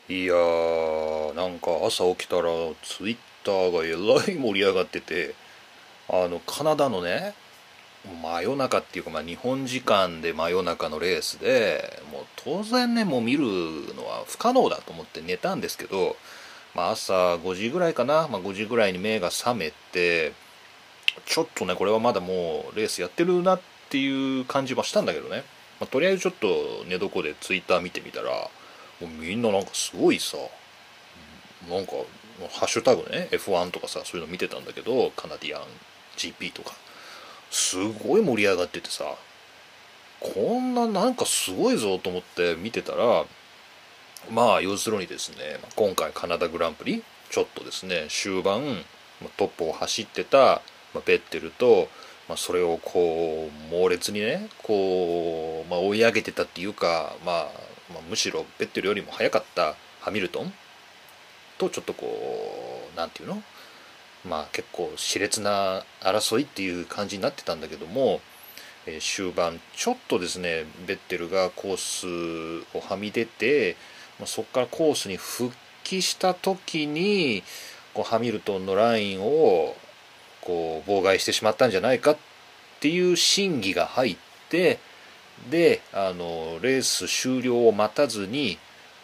いやー、なんか朝起きたらツイッターがえらい盛り上がってて、カナダのね、真夜中っていうか、日本時間で真夜中のレースで、もう当然ね、もう見るのは不可能だと思って寝たんですけど、朝5時ぐらいかな、5時ぐらいに目が覚めて、ちょっとね、これはまだもうレースやってるなっていう感じはしたんだけどね、とりあえずちょっと寝床でツイッター見てみたら、もうみんななんかすごいさ、なんかハッシュタグね F1 とかさ、そういうの見てたんだけど、カナディアン GP とかすごい盛り上がっててさ、こんななんかすごいぞと思って見てたら、要するにですね、今回カナダグランプリちょっとですね終盤トップを走ってたベッテルと、それをこう猛烈にねこう、追い上げてたっていうか、むしろベッテルよりも速かったハミルトンとちょっとこうなんていうの、結構熾烈な争いっていう感じになってたんだけども、終盤ちょっとですねベッテルがコースをはみ出て、そこからコースに復帰した時にこうハミルトンのラインをこう妨害してしまったんじゃないかっていう審議が入って、でレース終了を待たずに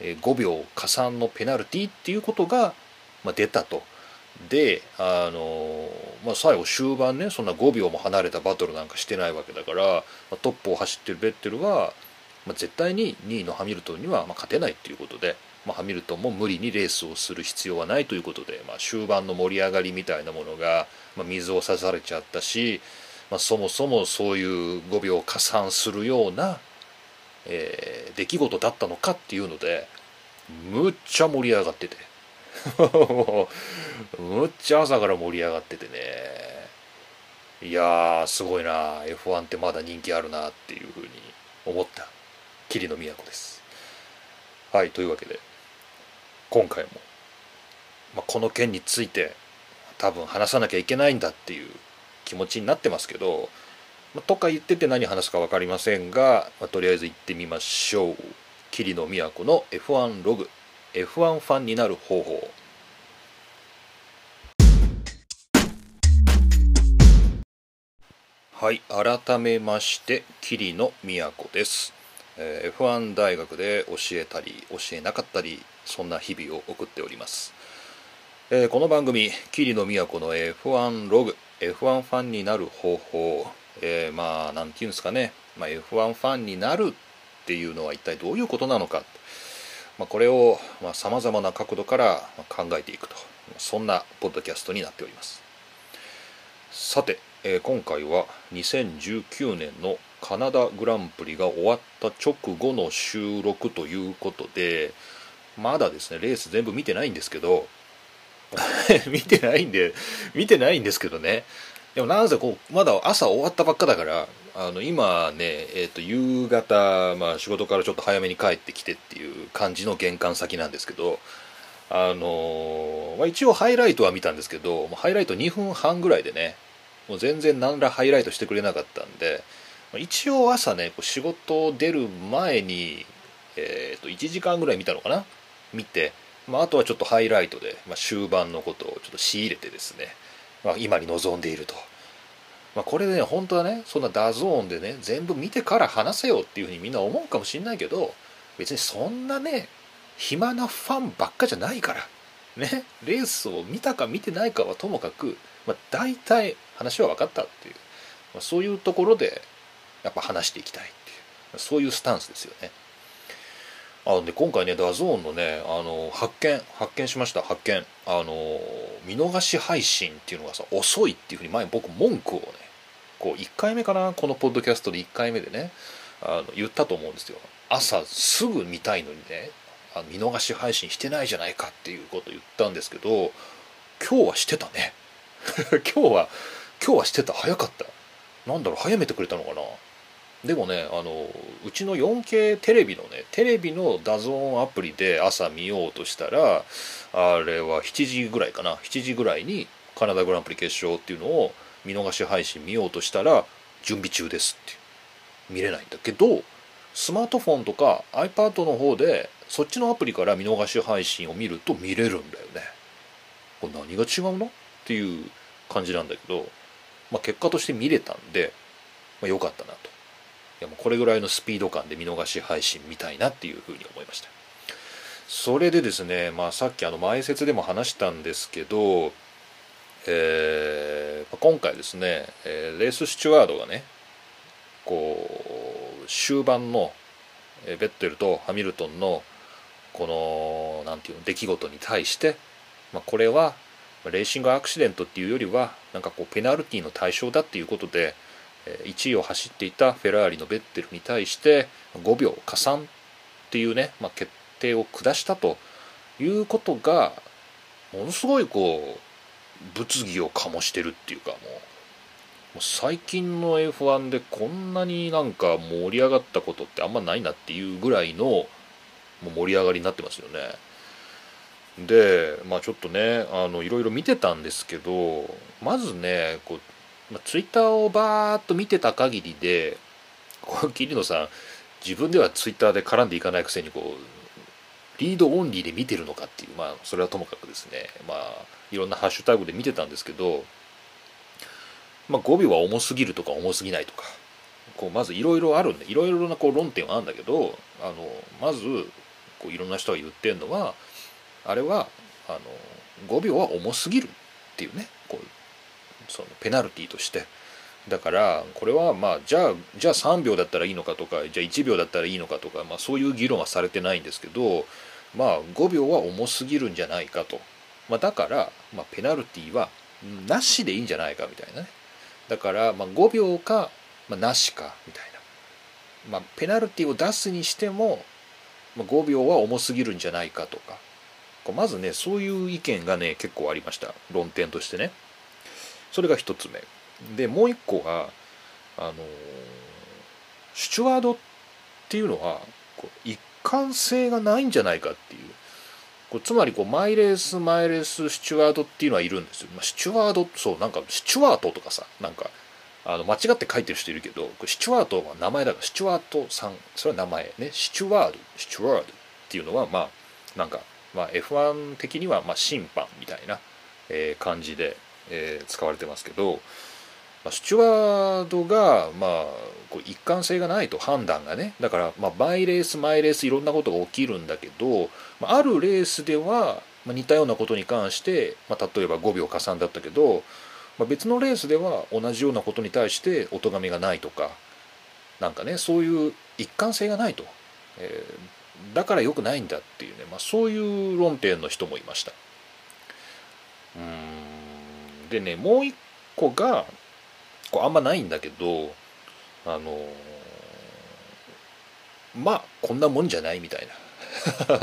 5秒加算のペナルティっていうことが出たと。で最後終盤ね、そんな5秒も離れたバトルなんかしてないわけだから、トップを走ってるベッテルは、絶対に2位のハミルトンには勝てないということで、ハミルトンも無理にレースをする必要はないということで、終盤の盛り上がりみたいなものが、水を差されちゃったし、そもそもそういう5秒加算するような、出来事だったのかっていうので、むっちゃ盛り上がっててむっちゃ朝から盛り上がっててね、いやーすごいな、 F1 ってまだ人気あるなっていうふうに思った桐野都です。はい、というわけで今回も、この件について多分話さなきゃいけないんだっていう気持ちになってますけど、とか言ってて何話すか分かりませんが、とりあえず行ってみましょう。桐野都の F1 ログ、 F1 ファンになる方法。はい、改めまして桐野都です。F1 大学で教えたり教えなかったり、そんな日々を送っております。この番組桐野都の F1 ログ、 F1 ファンになる方法、なんていうんですかね、F1 ファンになるっていうのは一体どういうことなのか、これをさまざまな角度から考えていくと、そんなポッドキャストになっております。さて、今回は2019年のカナダグランプリが終わった直後の収録ということで、まだですねレース全部見てないんですけど見てないんですけどね。でもなぜこうまだ朝終わったばっかだから、今ね、夕方、仕事からちょっと早めに帰ってきてっていう感じの玄関先なんですけど、一応ハイライトは見たんですけど、ハイライト2分半ぐらいでね、もう全然何らハイライトしてくれなかったんで、一応朝ね仕事出る前に、1時間ぐらい見たのかな、見て、あとはちょっとハイライトで、終盤のことをちょっと仕入れてですね、今に臨んでいると。これでね本当はねそんなダゾーンでね全部見てから話せよっていうふうにみんな思うかもしれないけど、別にそんなね暇なファンばっかじゃないからね。レースを見たか見てないかはともかく、大体話は分かったっていう、そういうところでやっぱ話していきたいっていう、そういうスタンスですよね。で今回ねダゾーンのね発見しました。見逃し配信っていうのがさ遅いっていうふうに前僕文句をねこう1回目かな、このポッドキャストで1回目でね言ったと思うんですよ。朝すぐ見たいのにね見逃し配信してないじゃないかっていうことを言ったんですけど、今日はしてたね今日はしてた。早かった。なんだろう、早めてくれたのかな。でもねうちの 4K テレビのねダゾーンアプリで朝見ようとしたら、あれは7時ぐらいかな、7時ぐらいにカナダグランプリ決勝っていうのを見逃し配信見ようとしたら準備中ですって見れないんだけど、スマートフォンとか iPad の方でそっちのアプリから見逃し配信を見ると見れるんだよね。これ何が違うのっていう感じなんだけど、結果として見れたんで、良かったなと。いやもうこれぐらいのスピード感で見逃し配信見たいなっていうふうに思いました。それでですね、さっき前説でも話したんですけど、今回ですね、レース・スチュワードがね、こう終盤のベッテルとハミルトンのこのなんていうの出来事に対して、これはレーシングアクシデントっていうよりはなんかこうペナルティの対象だっていうことで、1位を走っていたフェラーリのベッテルに対して5秒加算っていうね、決定を下したということがものすごいこう物議を醸してるっていうか、もう最近の F1 でこんなになんか盛り上がったことってあんまないなっていうぐらいのもう盛り上がりになってますよね。でちょっとねいろいろ見てたんですけど、まずねこう、ツイッターをバーッと見てた限りで、桐野さん自分ではツイッターで絡んでいかないくせにリードオンリーで見てるのかっていう、それはともかくですね、いろんなハッシュタグで見てたんですけど、5秒は重すぎるとか重すぎないとかまずいろいろあるんで、いろいろな論点はあるんだけど、まずいろんな人が言ってるのは、あれは5秒は重すぎるっていうね、そのペナルティとして、だからこれはじゃあ3秒だったらいいのかとか、じゃあ1秒だったらいいのかとか、そういう議論はされてないんですけど、5秒は重すぎるんじゃないかと、だから、ペナルティはなしでいいんじゃないかみたいなね。だから5秒か、なしかみたいな、ペナルティを出すにしても、5秒は重すぎるんじゃないかとか、まずねそういう意見がね結構ありました、論点としてね。それが一つ目で、もう一個がスチュワードっていうのは一貫性がないんじゃないかっていう、つまりマイレーススチュワードっていうのはいるんですよ。スチュワード、そうなんかスチュワートとかさ、なんか間違って書いてる人いるけど、スチュワートは名前だから、スチュワートさん、それは名前ね。スチュワードっていうのはなんかF1 的には審判みたいな感じで使われてますけど、スチュワードが一貫性がないと、判断がね。だからマイレースいろんなことが起きるんだけど、あるレースでは似たようなことに関して、例えば5秒加算だったけど、別のレースでは同じようなことに対してお咎めがないとか、なんかねそういう一貫性がないと、だから良くないんだっていうね、そういう論点の人もいました。でね、もう一個があんまないんだけど、こんなもんじゃないみたいな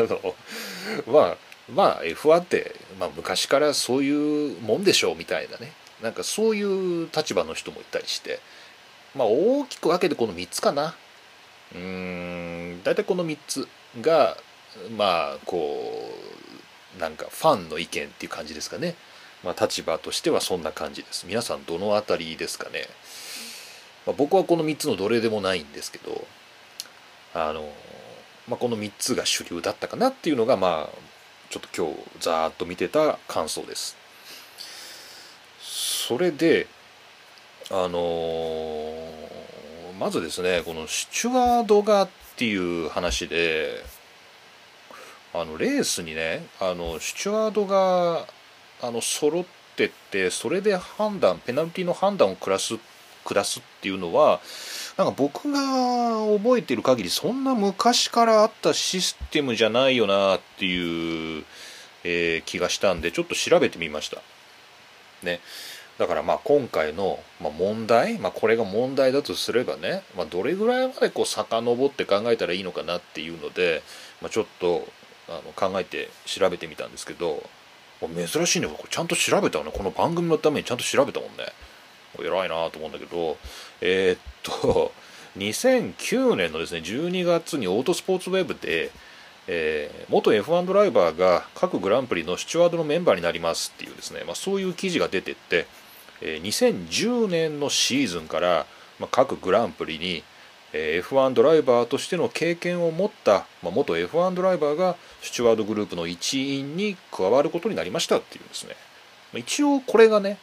F1 って、昔からそういうもんでしょうみたいなね、なんかそういう立場の人もいたりして、大きく分けてこの3つかな。大体この3つがなんかファンの意見っていう感じですかね。立場としてはそんな感じです。皆さんどのあたりですかね。僕はこの3つのどれでもないんですけど、この3つが主流だったかなっていうのがちょっと今日ざーっと見てた感想です。それでまずですね、このスチュワードがっていう話で、レースにねスチュワードが揃ってって、それでペナルティの判断を下すっていうのは、なんか僕が覚えている限りそんな昔からあったシステムじゃないよなっていう、気がしたんで、ちょっと調べてみましたね。だから今回の問題、これが問題だとすればね、どれぐらいまで遡って考えたらいいのかなっていうので、ちょっと考えて調べてみたんですけど、珍しいね、これちゃんと調べたね。この番組のためにちゃんと調べたもんね。偉いなと思うんだけど、2009年のですね12月にオートスポーツウェブで、元 F1 ドライバーが各グランプリのスチュワードのメンバーになりますっていうですね、そういう記事が出てって、2010年のシーズンから、各グランプリに、 F1 ドライバーとしての経験を持った、元 F1 ドライバーがスチュワードグループの一員に加わることになりましたっていうんですね。一応これがね、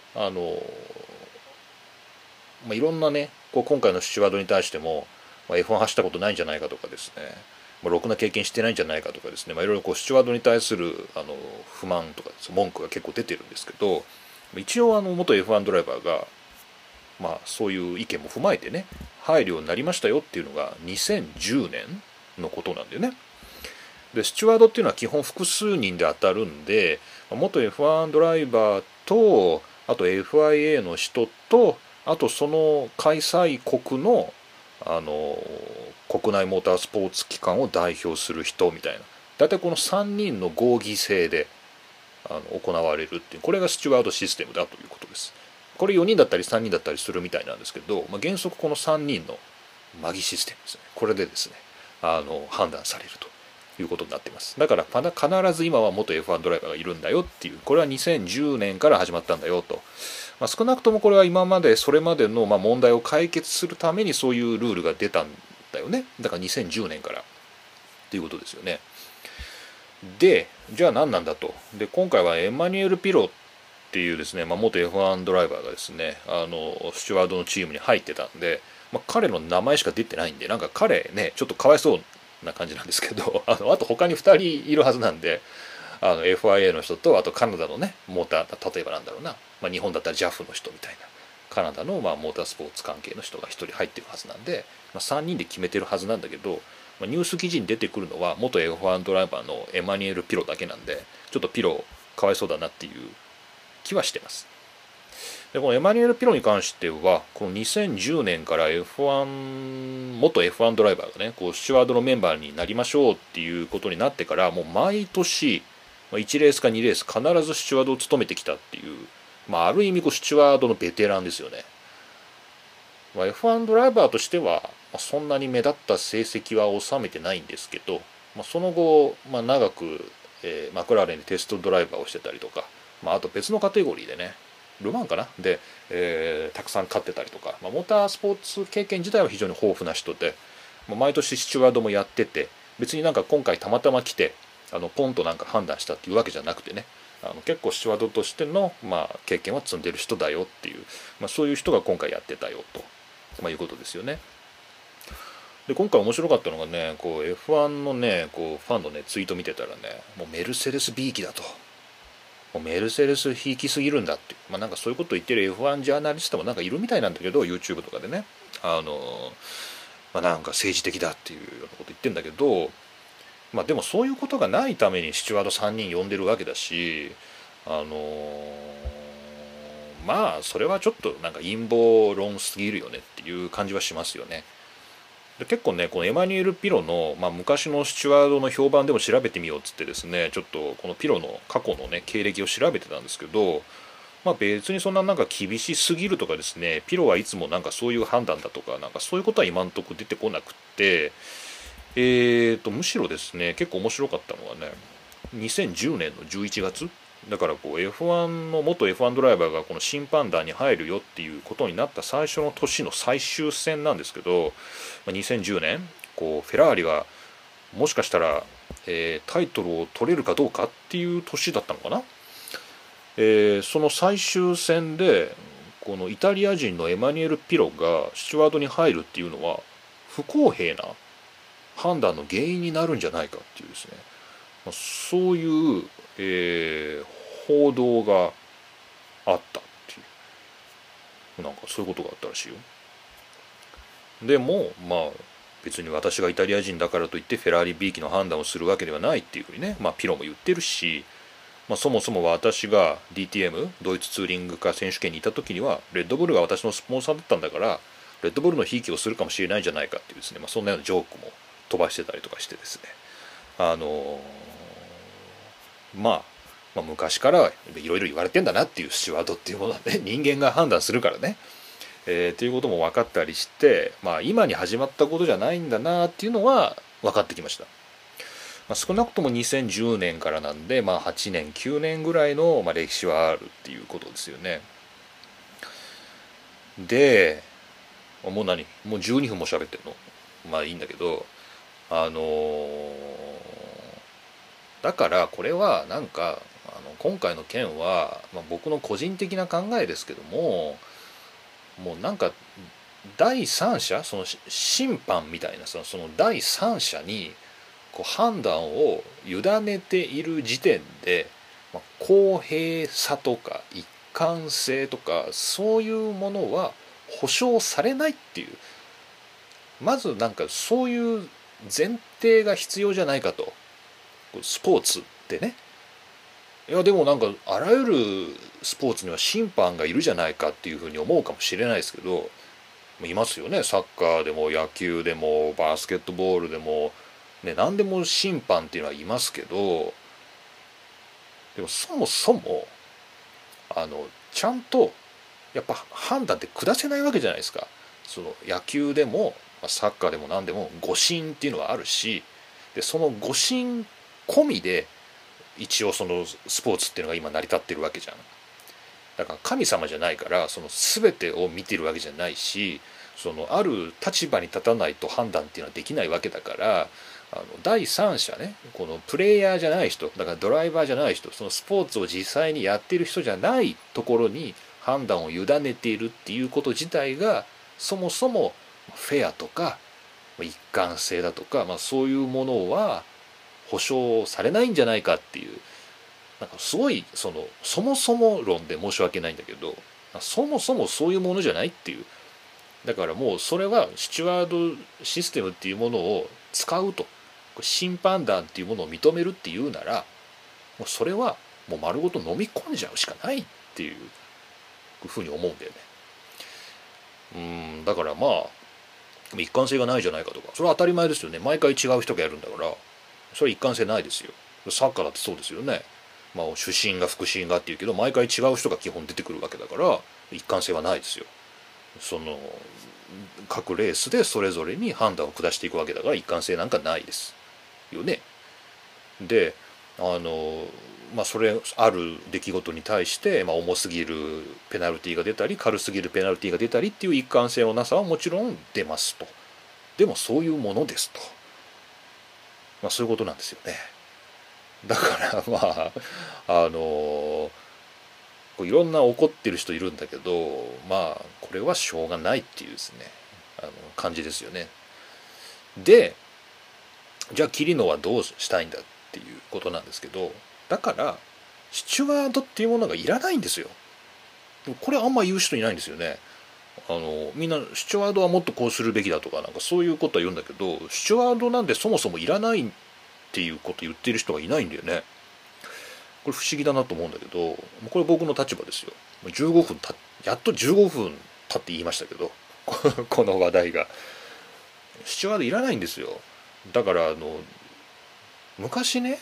いろんなね、今回のスチュワードに対しても、F1 走ったことないんじゃないかとかですね、ろくな経験してないんじゃないかとかですね、いろいろスチュワードに対する不満とか文句が結構出てるんですけど、一応元 F1 ドライバーが、そういう意見も踏まえてね、入るようになりましたよっていうのが2010年のことなんだよね。でスチュワードっていうのは基本複数人で当たるんで、元 F1 ドライバーと、あと FIA の人と、あとその開催国の国内モータースポーツ機関を代表する人みたいな、大体この3人の合議制で行われるっていう、これがスチュワードシステムだということです。これ4人だったり3人だったりするみたいなんですけど、原則この3人のマギシステムですね、これでですね判断されるということになっています。だから必ず今は元 F1 ドライバーがいるんだよっていう、これは2010年から始まったんだよと、少なくともこれは今までそれまでの問題を解決するためにそういうルールが出たんだよね。だから2010年からっていうことですよね。でじゃあ何なんだと。で今回はエマニュエル・ピロっていうですね、元 F1 ドライバーがですねスチュワードのチームに入ってたんで、彼の名前しか出てないんで、なんか彼ねちょっとかわいそうな感じなんですけどあと他に2人いるはずなんで、FIA の人と、あとカナダのねモーター、例えばなんだろうな、日本だったら JAF の人みたいなカナダのモータースポーツ関係の人が1人入ってるはずなんで、3人で決めてるはずなんだけど、ニュース記事に出てくるのは元 F1 ドライバーのエマニュエル・ピロだけなんで、ちょっとピロかわいそうだなっていう気はしてます。でこのエマニュエル・ピロに関してはこの2010年から 元 F1 ドライバーがねスチュワードのメンバーになりましょうっていうことになってから、もう毎年1レースか2レース必ずスチュワードを務めてきたっていう、ある意味スチュワードのベテランですよね。F1 ドライバーとしてはそんなに目立った成績は収めてないんですけど、その後、長く、マクラーレンでテストドライバーをしてたりとか、あと別のカテゴリーでねルマンかなで、たくさん勝ってたりとか、モータースポーツ経験自体は非常に豊富な人で、毎年スチュワードもやってて、別になんか今回たまたま来てポンとなんか判断したっていうわけじゃなくてね、結構スチュワードとしての、経験は積んでる人だよっていう、そういう人が今回やってたよと、いうことですよね。で今回面白かったのがね、F1 のねファンのねツイート見てたらね、もうメルセデス B 機だと、もうメルセデスひいきすぎるんだっていう、なんかそういうこと言ってる F1 ジャーナリストもなんかいるみたいなんだけど、 YouTube とかでねなんか政治的だっていうようなこと言ってんだけど、でもそういうことがないためにスチュワード3人呼んでるわけだし、それはちょっとなんか陰謀論すぎるよねっていう感じはしますよね。で結構ねこのエマニュエル・ピロの、昔のスチュワードの評判でも調べてみようっつってですね、ちょっとこのピロの過去のね経歴を調べてたんですけど、別にそんななんか厳しすぎるとかですね、ピロはいつもなんかそういう判断だとかなんかそういうことは今んとこ出てこなくって、むしろですね結構面白かったのはね、2010年の11月だからF1 の元 F1 ドライバーがこの審判団に入るよっていうことになった最初の年の最終戦なんですけど、2010年フェラーリがもしかしたら、タイトルを取れるかどうかっていう年だったのかな。その最終戦でこのイタリア人のエマニュエル・ピロがスチュワードに入るっていうのは不公平な判断の原因になるんじゃないかっていうですね、そういう、報道があったっていう、なんかそういうことがあったらしいよ。でも別に私がイタリア人だからといってフェラーリ B 機の判断をするわけではないっていうふうにね、ピロも言ってるし、そもそも私が DTM ドイツツーリングカー選手権にいた時にはレッドブルが私のスポンサーだったんだから、レッドブルのひいきをするかもしれないじゃないかっていうですね、そんなようなジョークも飛ばしてたりとかしてですね、昔からいろいろ言われてんだなっていう、スチュワードっていうものはね人間が判断するからね、っていうことも分かったりして、今に始まったことじゃないんだなっていうのは分かってきました。少なくとも2010年からなんで、8年9年ぐらいの、歴史はあるっていうことですよね。でもうもう12分も喋ってんの。まあいいんだけど、あのーだからこれはなんか今回の件は、まあ、僕の個人的な考えですけども、もうなんか第三者、その審判みたいなその第三者にこう判断を委ねている時点で、まあ、公平さとか一貫性とかそういうものは保証されないっていう、まずなんかそういう前提が必要じゃないかと。スポーツってね、いやでもなんかあらゆるスポーツには審判がいるじゃないかっていうふうに思うかもしれないですけど、いますよね。サッカーでも野球でもバスケットボールでも、ね、何でも審判っていうのはいますけど、でもそもそもちゃんとやっぱ判断って下せないわけじゃないですか。その野球でもサッカーでも何でも誤審っていうのはあるし、でその誤審込みで一応そのスポーツっていうのが今成り立ってるわけじゃん。だから神様じゃないからその全てを見てるわけじゃないし、そのある立場に立たないと判断っていうのはできないわけだから、第三者ね、このプレイヤーじゃない人だから、ドライバーじゃない人、そのスポーツを実際にやっている人じゃないところに判断を委ねているっていうこと自体がそもそもフェアとか一貫性だとか、そういうものは保証されないんじゃないかっていう、なんかすごいそもそも論で申し訳ないんだけど、そもそもそういうものじゃないっていう。だからもうそれはスチュワードシステムっていうものを使うと、審判団っていうものを認めるっていうなら、もうそれはもう丸ごと飲み込んじゃうしかないっていうふうに思うんだよね。だからまあ一貫性がないじゃないかとか、それは当たり前ですよね。毎回違う人がやるんだから、それは一貫性ないですよ。サッカーだってそうですよね。主審が副審がっていうけど、毎回違う人が基本出てくるわけだから一貫性はないですよ。その各レースでそれぞれに判断を下していくわけだから、一貫性なんかないですよね。でそれある出来事に対して、重すぎるペナルティーが出たり軽すぎるペナルティーが出たりっていう一貫性のなさはもちろん出ますと。でもそういうものですと、そういうことなんですよね。だからいろんな怒ってる人いるんだけど、これはしょうがないっていうですね、感じですよね。でじゃあキリノはどうしたいんだっていうことなんですけど、だからスチュワードっていうものがいらないんですよ。これあんま言う人いないんですよね。みんなスチュワードはもっとこうするべきだとか、なんかそういうことは言うんだけど、スチュワードなんてそもそもいらないっていうこと言ってる人がいないんだよね。これ不思議だなと思うんだけど、これ僕の立場ですよ。15分やっと15分経って言いましたけどこの話題がスチュワードいらないんですよ。だから昔ね、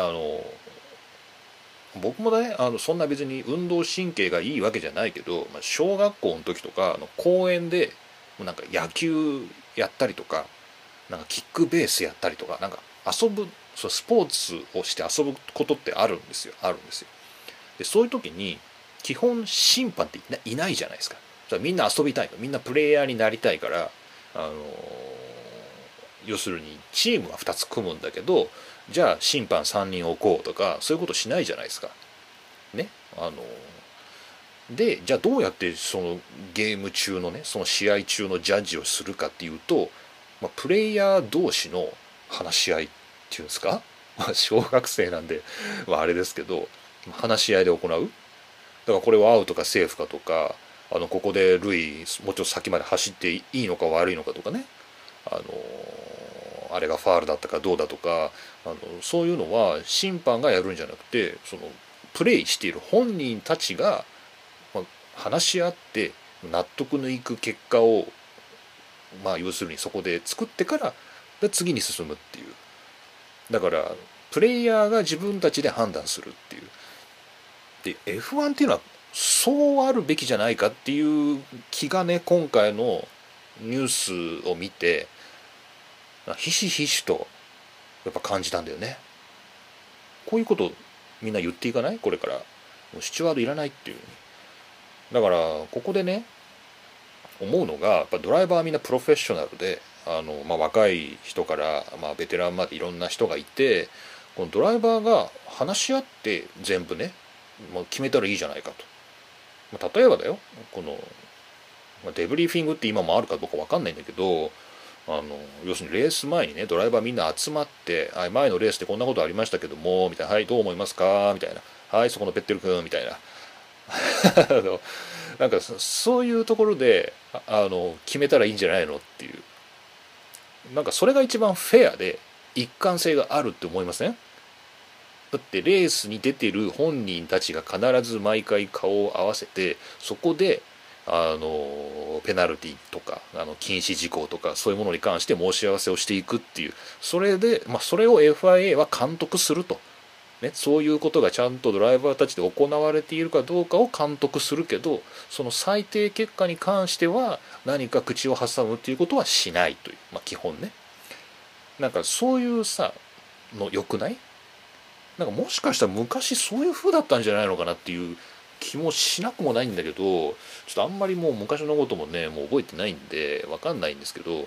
僕もね、そんな別に運動神経がいいわけじゃないけど、小学校の時とか公園でなんか野球やったりとか、なんかキックベースやったりとか、なんか遊ぶ、スポーツをして遊ぶことってあるんですよ。でそういう時に基本審判っていないじゃないですか。みんな遊びたいの、みんなプレイヤーになりたいから、要するにチームは2つ組むんだけど、じゃあ審判3人置こうとかそういうことしないじゃないですかね。でじゃあどうやってそのゲーム中のね、その試合中のジャッジをするかっていうと、プレイヤー同士の話し合いっていうんですか、小学生なんで、あれですけど話し合いで行う。だからこれはアウトかセーフかとか、ここで塁もうちょっと先まで走っていいのか悪いのかとかね、あれがファールだったかどうだとか、そういうのは審判がやるんじゃなくて、そのプレイしている本人たちが、話し合って納得のいく結果を、要するにそこで作ってから次に進むっていう。だからプレイヤーが自分たちで判断するっていう。で F1 っていうのはそうあるべきじゃないかっていう気がね、今回のニュースを見てひしひしとやっぱ感じたんだよね。こういうことみんな言っていかない？これからもうスチュワードいらないっていう。だからここでね、 思うのが、やっぱドライバーはみんなプロフェッショナルで、若い人から、ベテランまでいろんな人がいて、このドライバーが話し合って全部ね、決めたらいいじゃないかと。例えばだよ、この、デブリーフィングって今もあるかどうか分かんないんだけど、要するにレース前にね、ドライバーみんな集まって、前のレースでこんなことありましたけどもみたいな、はいどう思いますかみたいな、はいそこのペッテル君みたいななんかそういうところで決めたらいいんじゃないのっていう、なんかそれが一番フェアで一貫性があるって思いません？だってレースに出てる本人たちが必ず毎回顔を合わせて、そこでペナルティとか禁止事項とかそういうものに関して申し合わせをしていくっていう、それで、それを FIA は監督すると、ね、そういうことがちゃんとドライバーたちで行われているかどうかを監督するけど、その最低結果に関しては何か口を挟むっていうことはしないという、基本ね。なんかそういうさの良くない？なんかもしかしたら昔そういう風だったんじゃないのかなっていう気もしなくもないんだけど、ちょっとあんまりもう昔のこともねもう覚えてないんで分かんないんですけど、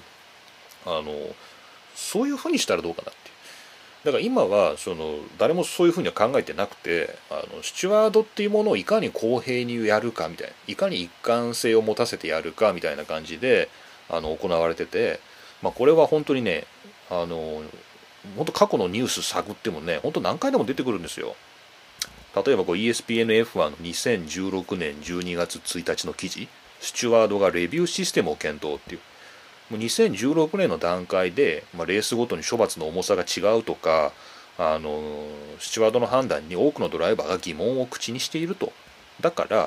そういう風にしたらどうかなっていう。だから今は誰もそういう風には考えてなくて、スチュワードっていうものをいかに公平にやるかみたいな、いかに一貫性を持たせてやるかみたいな感じで行われてて、これは本当にね本当過去のニュース探ってもね、本当何回でも出てくるんですよ。例えばESPN-F1 の2016年12月1日の記事、スチュワードがレビューシステムを検討っていう、もう2016年の段階で、レースごとに処罰の重さが違うとか、スチュワードの判断に多くのドライバーが疑問を口にしていると。だから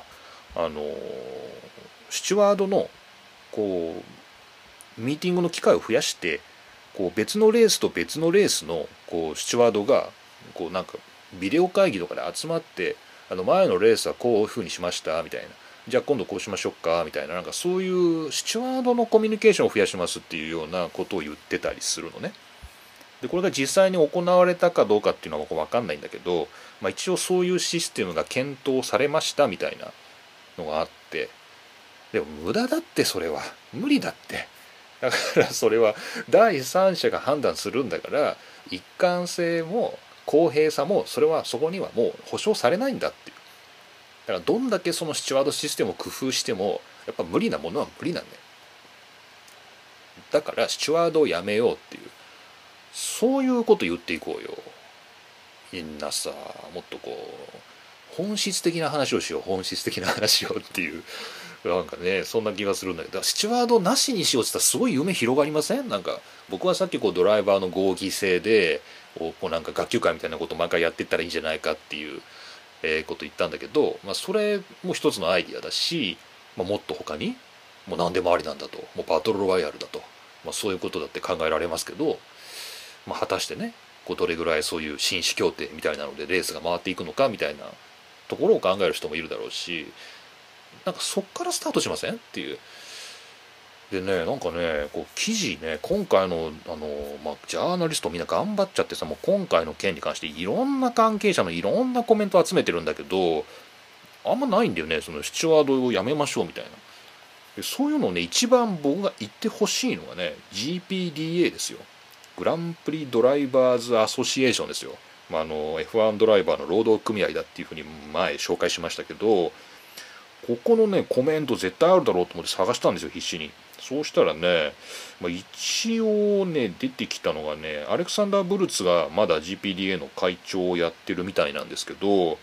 スチュワードのこうミーティングの機会を増やして、別のレースと別のレースのスチュワードがなんかビデオ会議とかで集まって、前のレースはこういう風にしましたみたいな、じゃあ今度こうしましょうかみたいな、なんかそういうスチュワードのコミュニケーションを増やしますっていうようなことを言ってたりするのね。でこれが実際に行われたかどうかっていうのは分かんないんだけど、一応そういうシステムが検討されましたみたいなのがあって、でも無駄だって、それは無理だって。だからそれは第三者が判断するんだから、一貫性も公平さもそれはそこにはもう保証されないんだっていう。だからどんだけそのスチュワードシステムを工夫してもやっぱ無理なものは無理なんだよ。だからスチュワードをやめようっていう、そういうこと言っていこうよ。みんなさ、もっと本質的な話をしよう、本質的な話をっていう、なんかねそんな気がするんだけど、スチュワードなしにしようって言ったらすごい夢広がりません？なんか僕はさっきドライバーの合議制でなんか学級会みたいなことを毎回やっていったらいいんじゃないかっていうこと言ったんだけど、それも一つのアイディアだし、もっと他にもう何でもありなんだと、もうバトルロワイヤルだと、そういうことだって考えられますけど、果たしてねどれぐらいそういう紳士協定みたいなのでレースが回っていくのかみたいなところを考える人もいるだろうし、なんかそっからスタートしませんっていう。でね、なんかね記事ね、今回のジャーナリストみんな頑張っちゃってさ、もう今回の件に関していろんな関係者のいろんなコメントを集めてるんだけど、あんまないんだよね、そのスチュワードをやめましょうみたいな。でそういうのをね、一番僕が言ってほしいのがね GPDA ですよ。グランプリドライバーズアソシエーションですよ。F1 ドライバーの労働組合だっていうふうに前紹介しましたけど、ここのねコメント絶対あるだろうと思って探したんですよ、必死に。そうしたらね、一応ね出てきたのがね、アレクサンダー・ブルツがまだ GPDA の会長をやってるみたいなんですけど、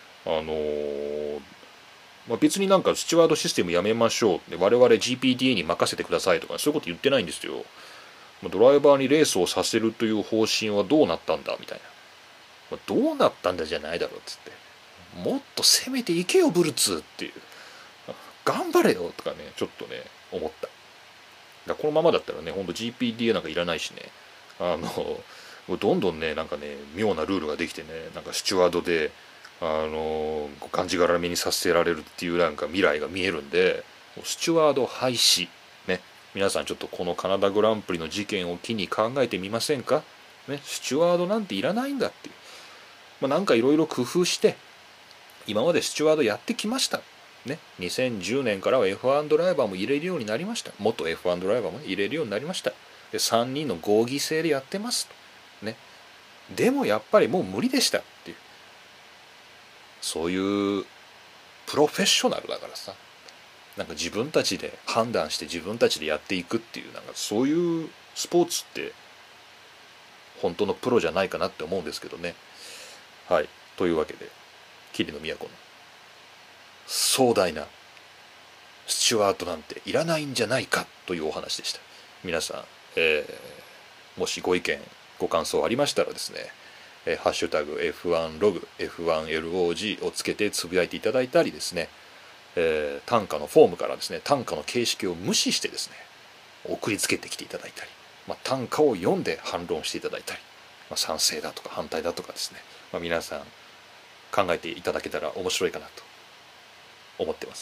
別になんかスチュワードシステムやめましょう、で我々 GPDA に任せてくださいとかそういうこと言ってないんですよ。ドライバーにレースをさせるという方針はどうなったんだみたいな、どうなったんだじゃないだろうっつって、もっと攻めていけよブルツっていう、頑張れよとかねちょっとね思った。このままだったらねほんと GPDA なんかいらないしね、どんどんねなんかね妙なルールができてね、なんかスチュワードでがんじがらめにさせられるっていうなんか未来が見えるんで、スチュワード廃止ね、皆さんちょっとこのカナダグランプリの事件を機に考えてみませんかね。スチュワードなんていらないんだっていう、なんかいろいろ工夫して今までスチュワードやってきましたね、2010年からは F1 ドライバーも入れるようになりました。元 F1 ドライバーも入れるようになりました。で3人の合議制でやってますと、ね、でもやっぱりもう無理でしたっていう、そういうプロフェッショナルだからさ、なんか自分たちで判断して自分たちでやっていくっていう、なんかそういうスポーツって本当のプロじゃないかなって思うんですけどね。はい、というわけで桐野都の壮大なスチュワートなんていらないんじゃないかというお話でした。皆さん、もしご意見ご感想ありましたらですね、ハッシュタグ F1 ログ F1LOG をつけてつぶやいていただいたりですね、単価のフォームからですね、単価の形式を無視してですね送りつけてきていただいたり、単価を読んで反論していただいたり、賛成だとか反対だとかですね、皆さん考えていただけたら面白いかなと思ってます。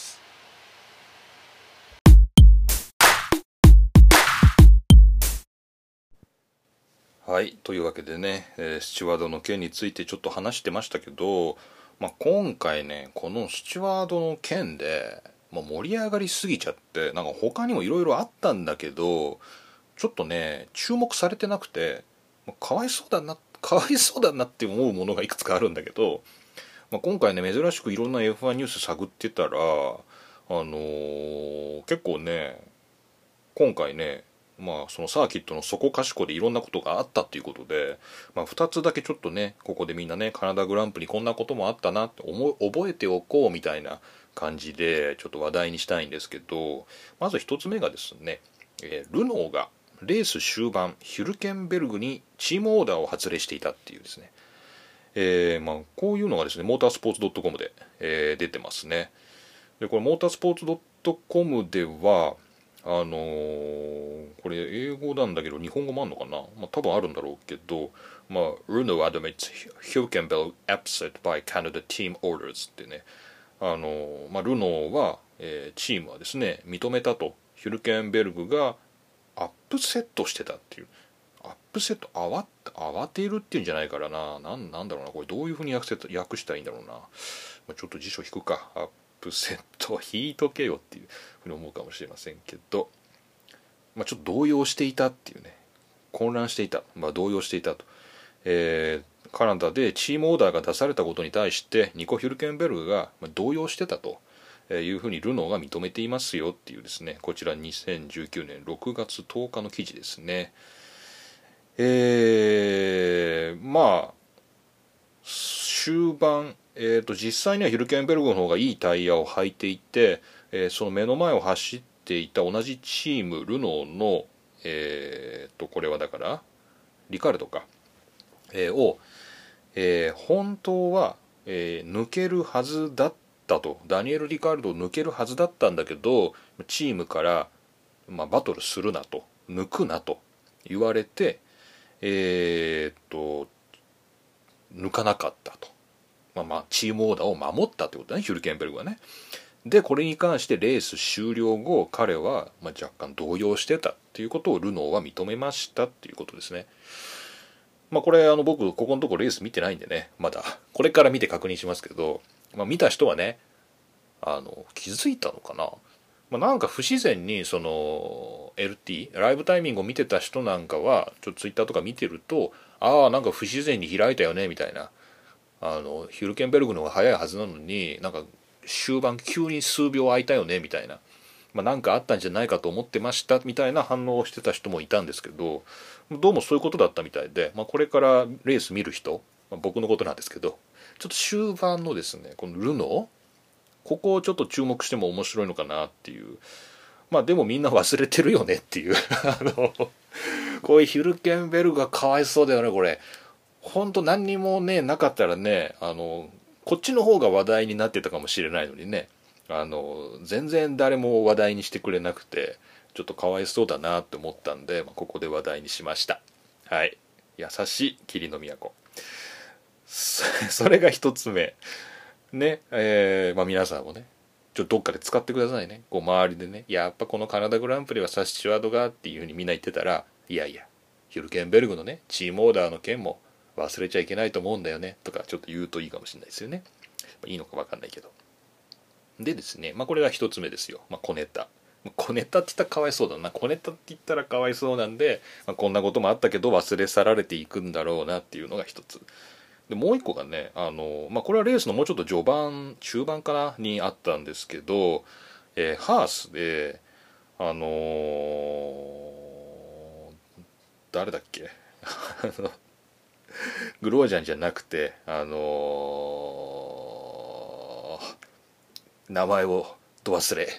はい、というわけでね、スチュワードの件についてちょっと話してましたけど、今回ねこのスチュワードの件で、盛り上がりすぎちゃって、なんか他にもいろいろあったんだけどちょっとね注目されてなくて、かわいそうだなかわいそうだなって思うものがいくつかあるんだけど、今回ね珍しくいろんな F1 ニュース探ってたら、結構ね今回ね、そのサーキットのそこかしこでいろんなことがあったっていうことで、2つだけちょっとねここでみんなねカナダグランプリこんなこともあったなって覚えておこうみたいな感じでちょっと話題にしたいんですけど、まず1つ目がですね、ルノーがレース終盤ヒュルケンベルグにチームオーダーを発令していたっていうですね、こういうのがですねモータースポーツ .com で、出てますね。でこれモータースポーツ .com ではこれ英語なんだけど日本語もあるのかな、多分あるんだろうけど、Renault admits Hülkenberg upset by Canada team orders ってね、ルノーは、チームはですね認めたと、ヒュルケンベルグがアップセットしてたっていう、アップセット慌てるっていうんじゃないからなんだろうな、これどういうふうに訳したらいいんだろうな、ちょっと辞書引くか、アップセット引いとけよっていうふうに思うかもしれませんけど、ちょっと動揺していたっていうね、混乱していた、動揺していたと、カナダでチームオーダーが出されたことに対してニコ・ヒュルケンベルグが動揺してたというふうにルノーが認めていますよっていうですね、こちら2019年6月10日の記事ですね。終盤、実際にはヒルケンベルグの方がいいタイヤを履いていて、その目の前を走っていた同じチームルノーの、これはだからリカルドか、本当は、抜けるはずだったと、ダニエル・リカルドを抜けるはずだったんだけどチームから、バトルするなと、抜くなと言われて、抜かなかったと、チームオーダーを守ったってことだね、ヒュルケンベルグはね。でこれに関してレース終了後彼は、若干動揺してたっていうことをルノーは認めましたっていうことですね。これ僕ここのところレース見てないんでね、まだこれから見て確認しますけど、見た人はね気づいたのかな、なんか不自然にその LT ライブタイミングを見てた人なんかはちょっとツイッターとか見てると、なんか不自然に開いたよねみたいな、ヒュルケンベルグの方が早いはずなのになんか終盤急に数秒空いたよねみたいな、なんかあったんじゃないかと思ってましたみたいな反応をしてた人もいたんですけど、どうもそういうことだったみたいで、これからレース見る人、僕のことなんですけど、ちょっと終盤のですねこのルノー、ここをちょっと注目しても面白いのかなっていう、でもみんな忘れてるよねっていうこういうヒュルケンベルグがかわいそうだよねこれ。本当何にもねなかったらねこっちの方が話題になってたかもしれないのにね、全然誰も話題にしてくれなくてちょっとかわいそうだなって思ったんで、ここで話題にしました。はい、優しい霧の都それが一つ目ね。皆さんもねどっかで使ってくださいね。周りでね、やっぱこのカナダグランプリはスチュワードがっていうふうにみんな言ってたら、いやいやヒュルケンベルグのねチームオーダーの件も忘れちゃいけないと思うんだよねとかちょっと言うといいかもしれないですよね。いいのか分かんないけどでですね、これが一つ目ですよ、小ネタ。小ネタって言ったらかわいそうだな、小ネタって言ったらかわいそうなんで、こんなこともあったけど忘れ去られていくんだろうなっていうのが一つで、もう一個がね、これはレースのもうちょっと序盤中盤かなにあったんですけど、ハースで誰だっけグロージャンじゃなくて名前をど忘れ、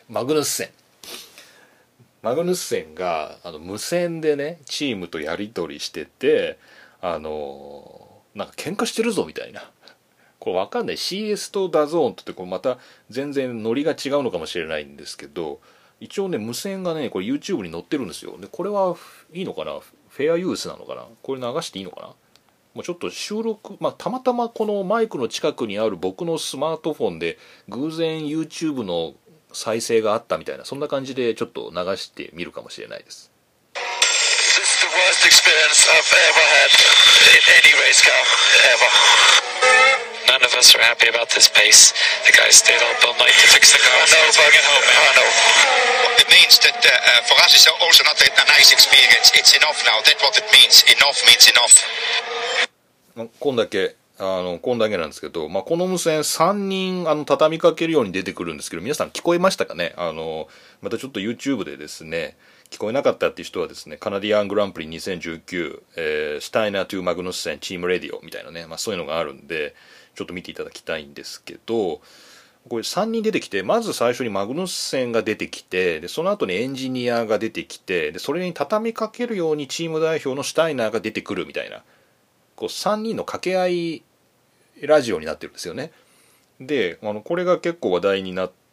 マグヌッセンが無線でねチームとやり取りしてて、なんか喧嘩してるぞみたいな、これわかんない、 CS とダゾーンとってこれまた全然ノリが違うのかもしれないんですけど、一応ね無線がねこれ YouTube に載ってるんですよ。でこれはいいのかな、フェアユースなのかな、これ流していいのかな。もうちょっと収録、たまたまこのマイクの近くにある僕のスマートフォンで偶然 YouTube の再生があったみたいな、そんな感じでちょっと流してみるかもしれないです。 This is the worst experience I've ever had in any race car ever. None of us are happy about this pace. The guys stayed up all night to fix the car. I know, but I know. It means that for us it's also not a nice experience. It's enough now. That's what it means. Enough means enough. こんだけなんですけど、この無線3人畳みかけるように出てくるんですけど、皆さん聞こえましたかね。またちょっと YouTube でですね、聞こえなかったっていう人はですね、カナディアングランプリ2019、スタイナー・トゥ・マグヌッセンチーム・レディオみたいなね、そういうのがあるんでちょっと見ていただきたいんですけど、これ3人出てきて、まず最初にマグヌッセンが出てきて、でその後にエンジニアが出てきて、でそれに畳みかけるようにチーム代表のシュタイナーが出てくるみたいな、こう3人の掛け合いラジオになってるんですよね。でこれが結構話題になって、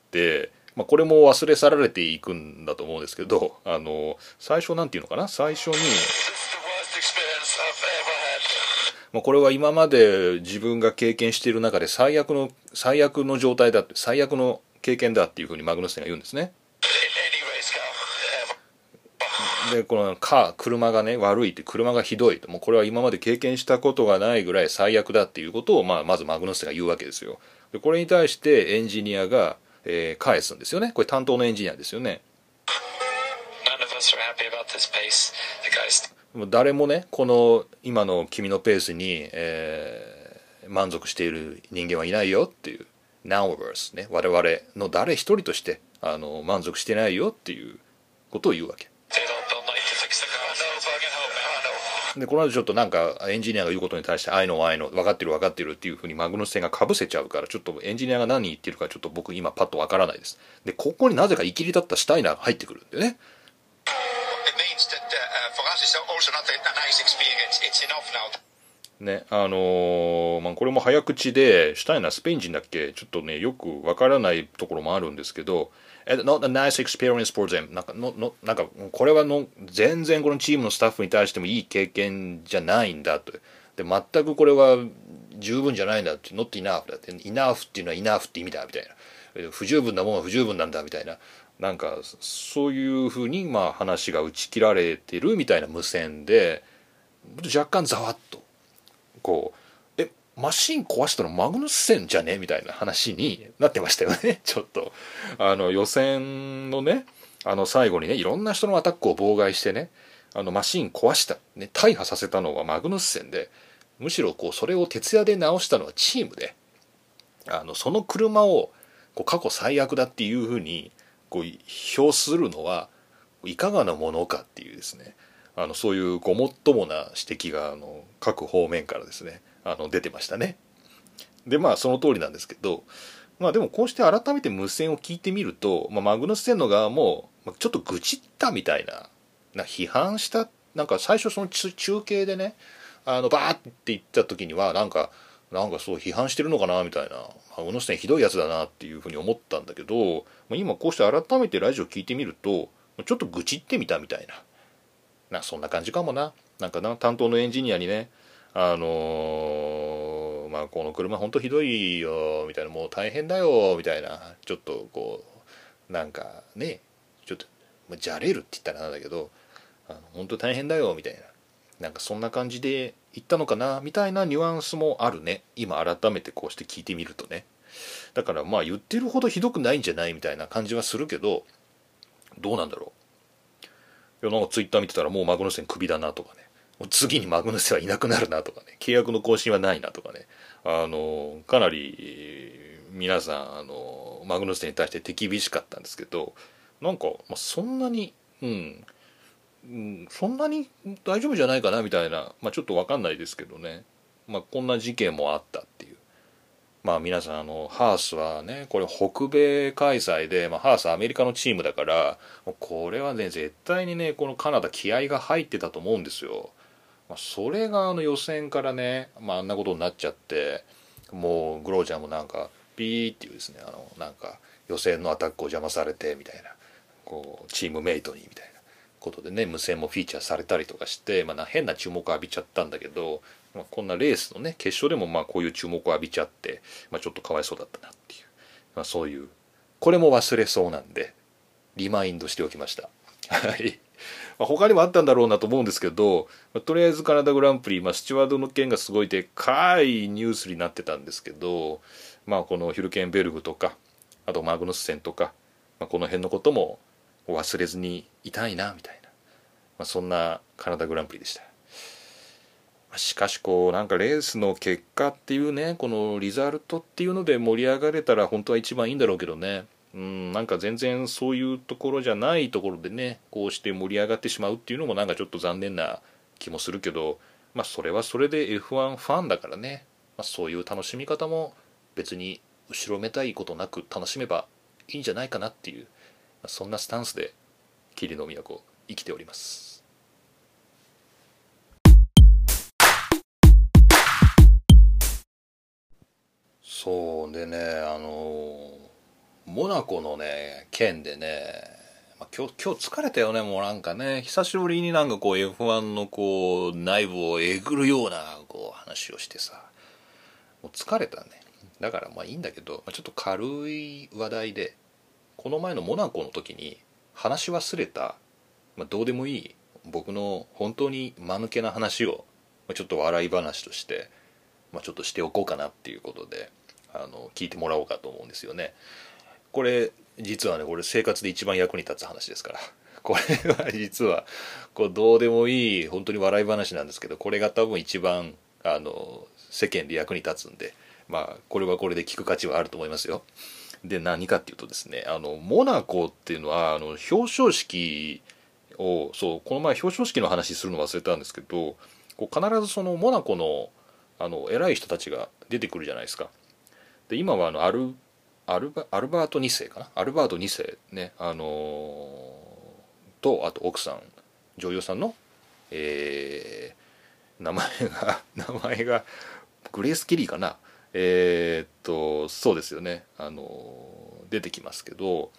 これも忘れ去られていくんだと思うんですけど、最初なんていうのかな、最初にこれは今まで自分が経験している中で最悪の状態だって、最悪の経験だっていうふうにマグヌッセンが言うんですね。でこの車がね悪いって、車がひどいと、もうこれは今まで経験したことがないぐらい最悪だっていうことを、まずマグヌッセンが言うわけですよ。でこれに対してエンジニアが、返すんですよね。これ担当のエンジニアですよね。誰もねこの今の君のペースに、満足している人間はいないよっていう、 Now of us ね、我々の誰一人として満足してないよっていうことを言うわけで、この後ちょっとなんかエンジニアが言うことに対して「I know I know」分かってるっていうふうにマグヌッセンがかぶせちゃうから、ちょっとエンジニアが何言ってるかちょっと僕今パッと分からないです。でここになぜかいきり立ったシュタイナーが入ってくるんでね。ね、これも早口で、シュタイナースペイン人だっけ、ちょっとねよくわからないところもあるんですけど、not a nice experience for them、 なんかこれは全然このチームのスタッフに対してもいい経験じゃないんだと。で全くこれは十分じゃないんだって、 not enough だって、 enough っていうのは enough って意味だみたいな、不十分なものは不十分なんだみたいな、なんかそういうふうに話が打ち切られてるみたいな無線で、若干ざわっとこうマシン壊したのマグヌッセンじゃねみたいな話になってましたよね。ちょっと予選のね最後にねいろんな人のアタックを妨害してねマシン壊した、ね、大破させたのはマグヌッセンで、むしろそれを徹夜で直したのはチームで、その車を過去最悪だっていうふうに評するのはいかがなものかっていうですね、そういうごもっともな指摘が各方面からですね出てましたね。でその通りなんですけど、でもこうして改めて無線を聞いてみると、マグヌッセンの側もちょっと愚痴ったみたいな批判した、なんか最初その中継でねバーって言った時にはなんかそう批判してるのかなみたいな、マグヌッセンひどいやつだなっていうふうに思ったんだけど、今こうして改めてラジオ聞いてみるとちょっと愚痴ってみたみたいな、そんな感じかもな。なんか担当のエンジニアにねこの車ほんとひどいよみたいな、もう大変だよみたいな、ちょっとなんかねちょっとじゃれるって言ったらなんだけど、ほんと大変だよみたいな、なんかそんな感じで言ったのかなみたいなニュアンスもあるね、今改めてこうして聞いてみるとね。 だからまあ言ってるほどひどくないんじゃないみたいな感じはするけど、どうなんだろう。いやなんかツイッター見てたらもうマグヌスセンクビだなとかね、もう次にマグヌスセンはいなくなるなとかね、契約の更新はないなとかね、かなり皆さんマグヌスセンに対して手厳しかったんですけど、なんか、まあ、そんなにそんなに大丈夫じゃないかなみたいな、まあ、ちょっと分かんないですけどね、まあ、こんな事件もあったっていう。まあ皆さんハースはねこれ北米開催で、まあ、ハースアメリカのチームだからこれはね絶対にねこのカナダ気合が入ってたと思うんですよ。まあ、それが予選からね、まあ、あんなことになっちゃって、もうグローちゃんもなんかピーっていうですねなんか予選のアタックを邪魔されてみたいな、こうチームメイトにみたいなことでね無線もフィーチャーされたりとかして、まあ、変な注目を浴びちゃったんだけど、まあ、こんなレースのね決勝でもまあこういう注目を浴びちゃって、まあ、ちょっとかわいそうだったなっていう、まあ、そういうこれも忘れそうなんでリマインドしておきました。はい。まあ、他にもあったんだろうなと思うんですけど、まあ、とりあえずカナダグランプリ、まあ、スチュワードの件がすごいでかいニュースになってたんですけど、まあ、このヒュルケンベルグとかあとマグヌスセンとか、まあ、この辺のことも忘れずにいたいなみたいな、まあ、そんなカナダグランプリでした。しかしこうなんかレースの結果っていうねこのリザルトっていうので盛り上がれたら本当は一番いいんだろうけどね、なんか全然そういうところじゃないところでねこうして盛り上がってしまうっていうのもなんかちょっと残念な気もするけど、まあそれはそれで F1 ファンだからね、まあ、そういう楽しみ方も別に後ろめたいことなく楽しめばいいんじゃないかなっていう、そんなスタンスで霧の都生きております。そうでねモナコのね件でね、まあ、今日疲れたよね。もうなんかね久しぶりになんかこう F1 のこう内部をえぐるようなこう話をしてさ、もう疲れたね。だからまあいいんだけど、ちょっと軽い話題で、この前のモナコの時に話し忘れた、まあ、どうでもいい僕の本当に間抜けな話をちょっと笑い話として、まあ、ちょっとしておこうかなっていうことで聞いてもらおうかと思うんですよね。これ実はねこれ生活で一番役に立つ話ですから、これは実はこうどうでもいい本当に笑い話なんですけど、これが多分一番世間で役に立つんで、まあこれはこれで聞く価値はあると思いますよ。で何かっていうとですね、モナコっていうのは表彰式を、そうこの前表彰式の話するの忘れたんですけど、こう必ずそのモナコの偉い人たちが出てくるじゃないですか。で今はアルバート2世かな、アルバート2世ね、とあと奥さん女優さんの、名前がグレース・ケリーかな、そうですよね、出てきますけど、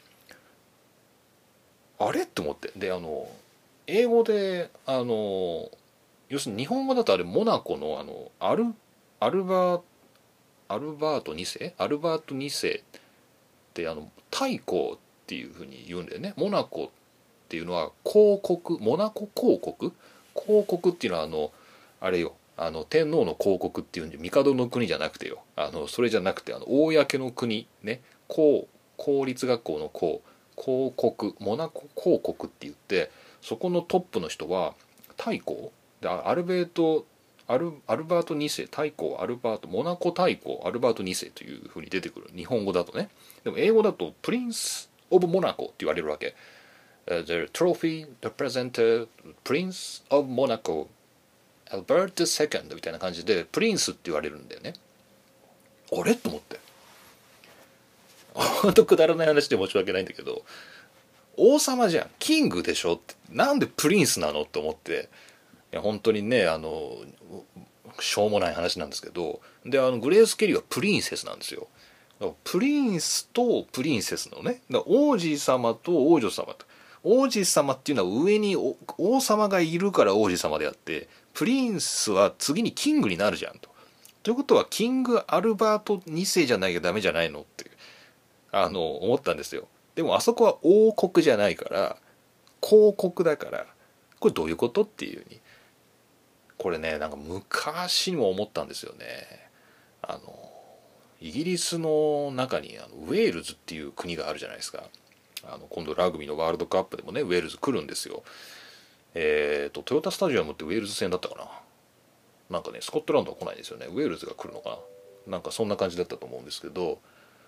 あれって思って、で英語で要するに日本語だとあれモナコのアルバアルバート2世アルバート2世って太閤っていうふうに言うんだよね。モナコっていうのは公国、モナコ公国、公国っていうのはあれよ、天皇の公国っていうんで帝の国じゃなくてよ、それじゃなくて公の国ね、公立学校の公国、モナコ公国って言って、そこのトップの人は太閤で、アルバート2世太閤アルバートモナコ太閤アルバート2世というふうに出てくる、日本語だとね。でも英語だとプリンス・オブ・モナコって言われるわけ。The trophy represented Prince of Monaco Albert II みたいな感じでプリンスって言われるんだよね。あれと思って、ほんとくだらない話で申し訳ないんだけど、王様じゃん、キングでしょって、なんでプリンスなのって思って、いや本当にねしょうもない話なんですけど、でグレース・ケリーはプリンセスなんですよ。だからプリンスとプリンセスのね、だから王子様と王女様と、王子様っていうのは上に王様がいるから王子様であって、プリンスは次にキングになるじゃんと。ということはキングアルバート2世じゃなきゃダメじゃないのって思ったんですよ。でもあそこは王国じゃないから公国だから、これどういうことっていうに、これねなんか昔にも思ったんですよね。 イギリスの中にウェールズっていう国があるじゃないですか。今度ラグビーのワールドカップでもねウェールズ来るんですよ。トヨタスタジアムってウェールズ戦だったかな。なんかねスコットランドは来ないんですよね。ウェールズが来るのかな。なんかそんな感じだったと思うんですけど、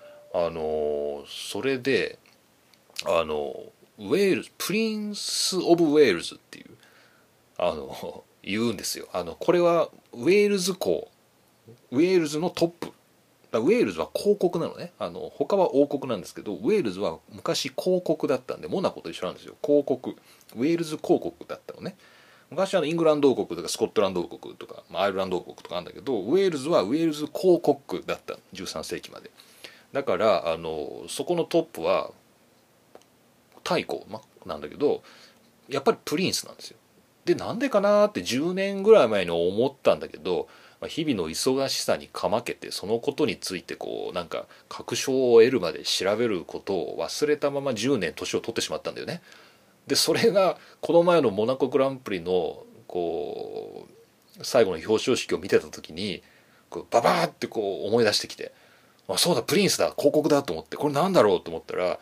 それでウェールズプリンス・オブ・ウェールズっていう言うんですよ。これはウェールズ公、ウェールズのトップ、ウェールズは公国なのね。他は王国なんですけど、ウェールズは昔公国だったんで、モナコと一緒なんですよ。公国、ウェールズ公国だったのね。昔はイングランド王国とかスコットランド王国とか、アイルランド王国とかあるんだけど、ウェールズはウェールズ公国だった13世紀まで。だからそこのトップは太后なんだけど、やっぱりプリンスなんですよ。でなんでかなって10年ぐらい前に思ったんだけど、日々の忙しさにかまけてそのことについてこうなんか確証を得るまで調べることを忘れたまま10年年を取ってしまったんだよね。でそれがこの前のモナコグランプリのこう最後の表彰式を見てた時にこうババーってこう思い出してきて、そうだプリンスだ広告だと思って、これなんだろうと思ったら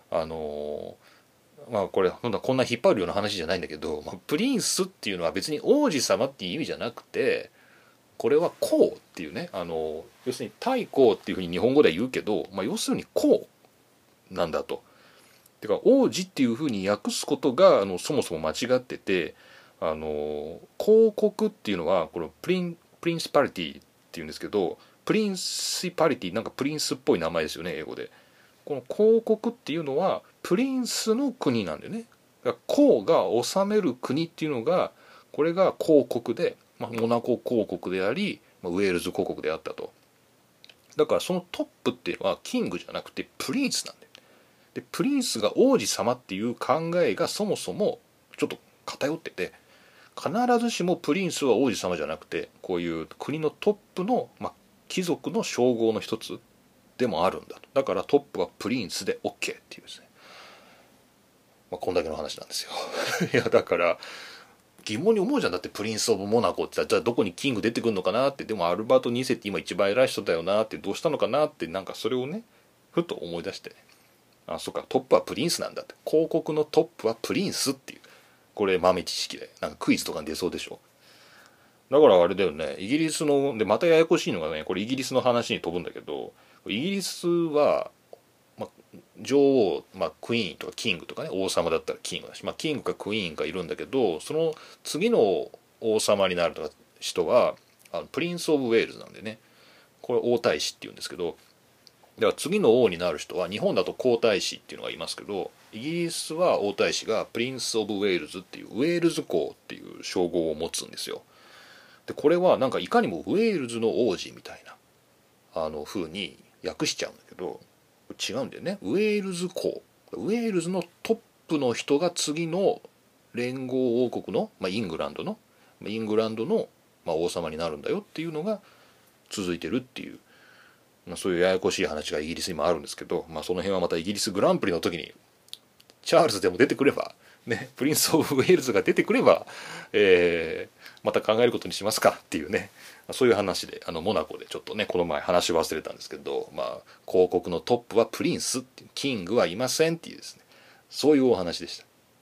これこんな引っ張るような話じゃないんだけど、プリンスっていうのは別に王子様っていう意味じゃなくて、これは公っていうね、要するに太公っていうふうに日本語では言うけど、要するに公なんだと。てか王子っていうふうに訳すことがそもそも間違ってて、公国っていうのはこれプリンシパリティっていうんですけど、プリンシパリティなんかプリンスっぽい名前ですよね英語で。この公国っていうのはプリンスの国なんだよね。公が治める国っていうのがこれが公国で、モナコ公国でありウェールズ公国であったと。だからそのトップっていうのはキングじゃなくてプリンスなんだよ。でプリンスが王子様っていう考えがそもそもちょっと偏ってて、必ずしもプリンスは王子様じゃなくてこういう国のトップの、貴族の称号の一つでもあるんだと。だからトップはプリンスで OK っていうですね、こんだけの話なんですよいやだから疑問に思うじゃん。だってプリンス・オブ・モナコってじゃあどこにキング出てくるのかなって。でもアルバート2世って今一番偉い人だよなって、どうしたのかなって、なんかそれをねふと思い出して、そっかトップはプリンスなんだって。広告のトップはプリンスっていう、これ豆知識でなんかクイズとかに出そうでしょ。だからあれだよね、イギリスのでまたややこしいのがね、これイギリスの話に飛ぶんだけど、イギリスは、女王、クイーンとかキングとかね、王様だったらキングだし、キングかクイーンかいるんだけど、その次の王様になる人はプリンス・オブ・ウェールズなんでね、これ王太子っていうんですけど、だから次の王になる人は日本だと皇太子っていうのがいますけど、イギリスは王太子がプリンス・オブ・ウェールズっていうウェールズ公っていう称号を持つんですよ。でこれはなんかいかにもウェールズの王子みたいな風に訳しちゃうんだけど、違うんだよね。ウェールズ公、ウェールズのトップの人が次の連合王国の、イングランドの王様になるんだよっていうのが続いてるっていう、そういうややこしい話がイギリスにもあるんですけど、その辺はまたイギリスグランプリの時にチャールズでも出てくればね、プリンス・オブ・ウェールズが出てくれば、また考えることにしますかっていうね、そういう話でモナコでちょっとねこの前話し忘れたんですけど、広告のトップはプリンスっていう、キングはいませんっていうですね、そういうお話でした。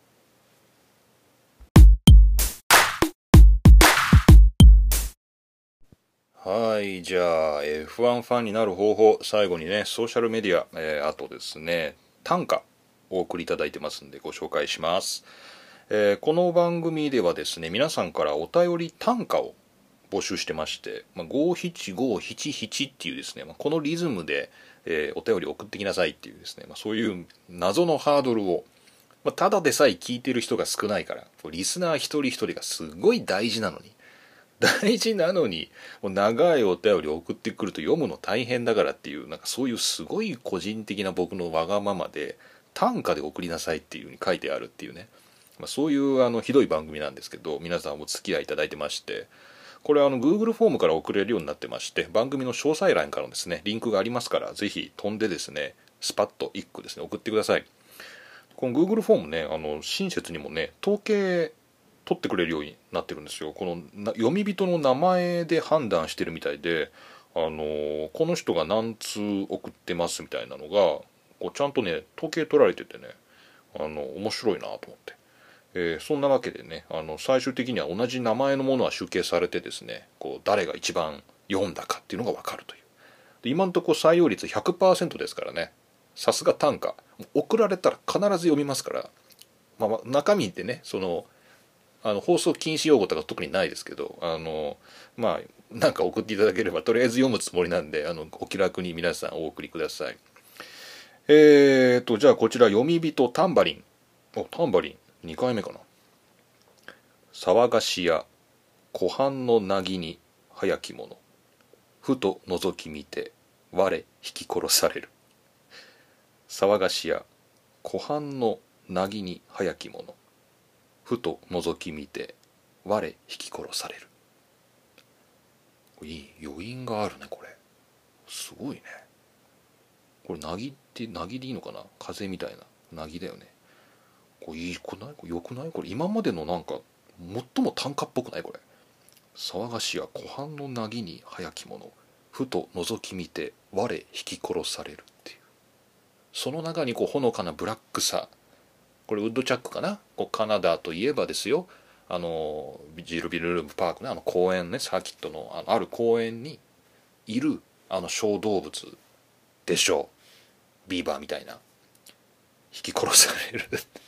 はい、じゃあ F1 ファンになる方法、最後にねソーシャルメディア、あとですね短歌お送りいただいてますんでご紹介します。この番組ではですね皆さんからお便り短歌を募集してまして、57577っていうですね、このリズムで、お便り送ってきなさいっていうですね、そういう謎のハードルを、ただでさえ聞いてる人が少ないから、リスナー一人一人がすごい大事なのにもう長いお便りを送ってくると読むの大変だからっていう、なんかそういうすごい個人的な僕のわがままで短歌で送りなさいっていう風に書いてあるっていうね、そういうひどい番組なんですけど、皆さんお付き合いいただいてまして、これはGoogle フォームから送れるようになってまして、番組の詳細欄からですねリンクがありますから、ぜひ飛んでですねスパッと一句ですね送ってください。この Google フォームね、親切にもね統計取ってくれるようになってるんですよ。この読み人の名前で判断してるみたいで、 この人が何通送ってますみたいなのがこうちゃんとね統計取られててね、面白いなと思って、そんなわけでね最終的には同じ名前のものは集計されてですね、こう誰が一番読んだかっていうのが分かるという。で今のところ採用率 100% ですからね、さすが短歌送られたら必ず読みますから、中身ってね放送禁止用語とか特にないですけど、なんか送っていただければとりあえず読むつもりなんで、お気楽に皆さんお送りください。じゃあこちら読み人タンバリン。タンバリン2回目かな。騒がしや湖畔の凪に早き者、ふと覗き見て我引き殺される。騒がしや湖畔の凪に早き者、ふと覗き見て我引き殺される。いい余韻があるねこれ。すごいね。これ凪って凪でいいのかな、風みたいな凪だよね。これいいくない、これよくない、これ今までのなんか最も短歌っぽくないこれ。騒がしや湖畔の凪に早き者、ふと覗き見て我引き殺されるっていう、その中にこうほのかなブラックさ、これウッドチャックかな、こうカナダといえばですよ、ジルビルルームパークね、公園ね、サーキットのある公園にいる小動物でしょう、ビーバーみたいな、引き殺される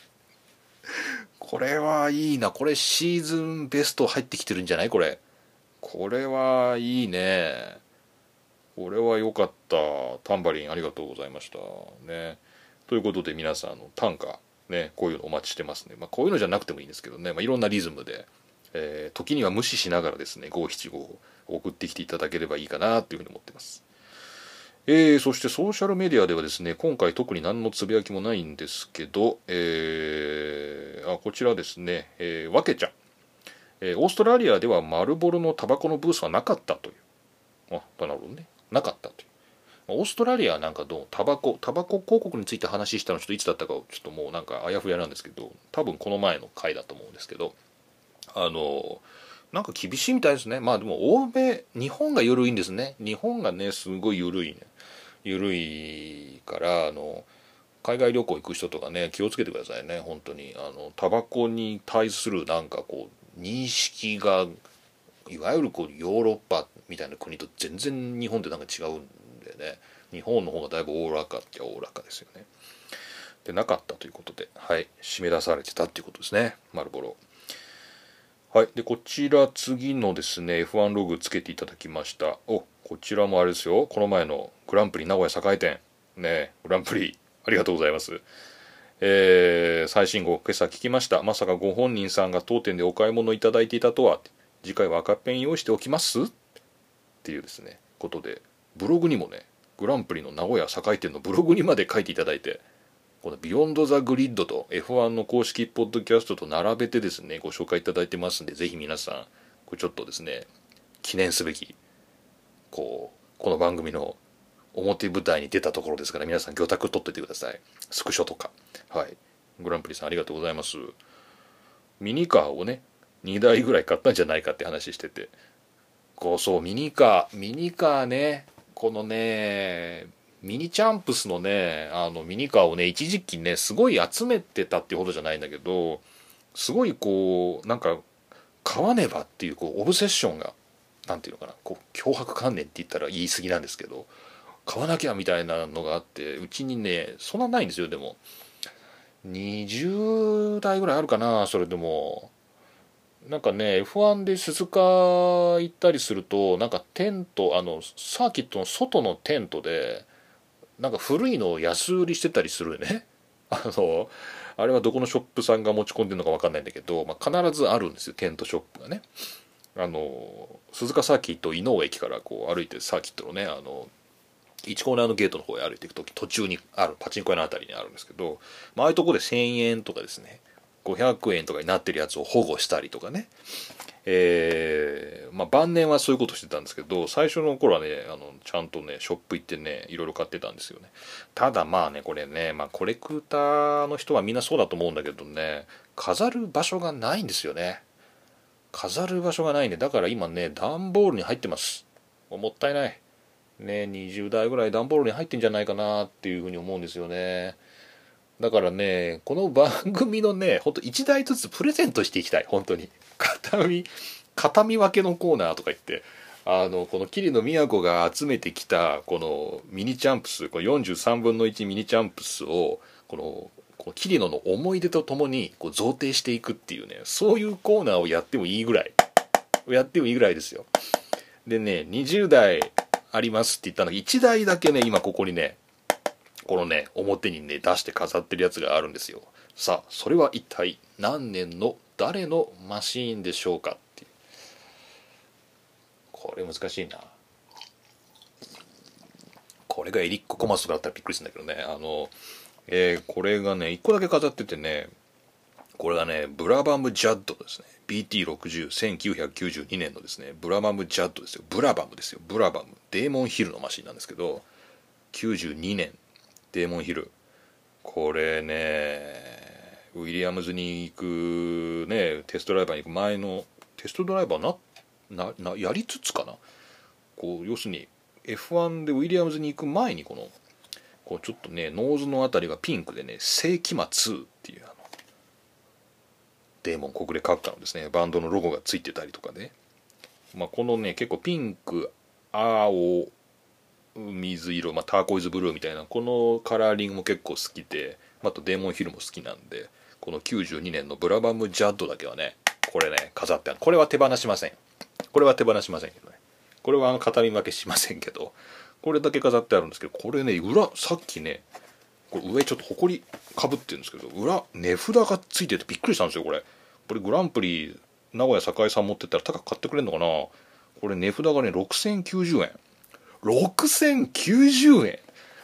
これはいいな、これシーズンベスト入ってきてるんじゃないこれ。これはいいね、これは良かった。タンバリンありがとうございましたね。ということで皆さん短歌ね、こういうのお待ちしてますね。こういうのじゃなくてもいいんですけどね、いろんなリズムで、時には無視しながらですね、五七五を送ってきていただければいいかなというふうに思ってます。そしてソーシャルメディアではですね、今回特に何のつぶやきもないんですけど、こちらですね、わけちゃん、オーストラリアではマルボロのタバコのブースはなかったという。なるほどね、なかったという。オーストラリアなんかどうタバコ広告について話したのちょっといつだったかちょっともうなんかあやふやなんですけど、多分この前の回だと思うんですけど、なんか厳しいみたいですね。でも欧米、日本が緩いんですね。日本がねすごい緩いね、緩いから海外旅行行く人とかね気をつけてくださいね本当に。タバコに対するなんかこう認識がいわゆるこうヨーロッパみたいな国と全然日本ってなんか違うんでね、日本の方がだいぶおおらかっちゃおおらかですよね。でなかったということで、はい、締め出されてたっていうことですね、マルボロ。はい、でこちら次のですね F1 ログつけていただきました。こちらもあれですよ、この前のグランプリ名古屋栄店ね、グランプリありがとうございます。最新号今朝聞きました。まさかご本人さんが当店でお買い物いただいていたとは。次回は赤ペン用意しておきますっていうですねことで、ブログにもねグランプリの名古屋栄店のブログにまで書いていただいて、このビヨンドザグリッドと F1 の公式ポッドキャストと並べてですねご紹介いただいてますんで、ぜひ皆さんこれちょっとですね記念すべきこの番組の表舞台に出たところですから、皆さん魚拓取っててください、スクショとか。はい、グランプリさんありがとうございます。ミニカーをね2台ぐらい買ったんじゃないかって話してて、そうミニカーね、このねミニチャンプスのねミニカーをね一時期ねすごい集めてたっていうほどじゃないんだけど、すごいこうなんか買わねばっていうオブセッションが、なんていうのかな、強迫観念って言ったら言い過ぎなんですけど、買わなきゃみたいなのがあって、うちにねそんなないんですよ。でも20台ぐらいあるかな。それでもなんかね F1 で鈴鹿行ったりすると、なんかテントサーキットの外のテントでなんか古いのを安売りしてたりするよねあれはどこのショップさんが持ち込んでるのか分かんないんだけど、必ずあるんですよテントショップがね。鈴鹿サーキット井上駅からこう歩いてサーキットのね1コーナーのゲートの方へ歩いていくとき途中にあるパチンコ屋のあたりにあるんですけど、ああいうとこで1000円とかですね500円とかになってるやつを保護したりとかね、晩年はそういうことしてたんですけど、最初の頃はねちゃんとねショップ行ってねいろいろ買ってたんですよね。ただこれねコレクターの人はみんなそうだと思うんだけどね、飾る場所がないんですよね。飾る場所がないんで、だから今ね段ボールに入ってます。もったいない。 ね、20代ぐらい段ボールに入ってんじゃないかなっていうふうに思うんですよね。だからね、この番組のね、ほんと1台ずつプレゼントしていきたい、本当に。片見分けのコーナーとか言って、この桐野都が集めてきた、このミニチャンプス、この43分の1ミニチャンプスを、この桐野の思い出とともにこう贈呈していくっていうね、そういうコーナーをやってもいいぐらい、ですよ。でね、20台ありますって言ったんだけど、1台だけね、今ここにね、このね、表にね、出して飾ってるやつがあるんですよ。さあ、それは一体何年の誰のマシーンでしょうかっていう。これ難しいな。これがエリック・コマスとかだったらびっくりするんだけどね。これがね、1個だけ飾っててね、これがね、ブラバム・ジャッドですね。BT60、1992年のですね、ブラバム・ジャッドですよ。ブラバムですよ。ブラバム。デーモン・ヒルのマシンなんですけど、92年、デーモン・ヒル。これね、ウィリアムズに行くね、テストドライバーに行く前の、テストドライバーやりつつかな。こう、要するに F1 でウィリアムズに行く前にこうちょっとね、ノーズのあたりがピンクでね、世紀末っていうデーモン国連閣下のですね、バンドのロゴがついてたりとかね。まあ、このね、結構ピンク、青、水色、まあ、ターコイズブルーみたいなこのカラーリングも結構好きで、あとデーモンヒルも好きなんで、この92年のブラバムジャッドだけはね、これね飾ってある。これは手放しません。これは手放しませんけどね。これは片見分けしませんけど、これだけ飾ってあるんですけど、これね、裏さっきね、これ上ちょっとホコリかぶってるんですけど、裏値札がついててびっくりしたんですよ。これグランプリ名古屋栄さん持ってったら高く買ってくれるのかな。これ値札がね6090円。6090円。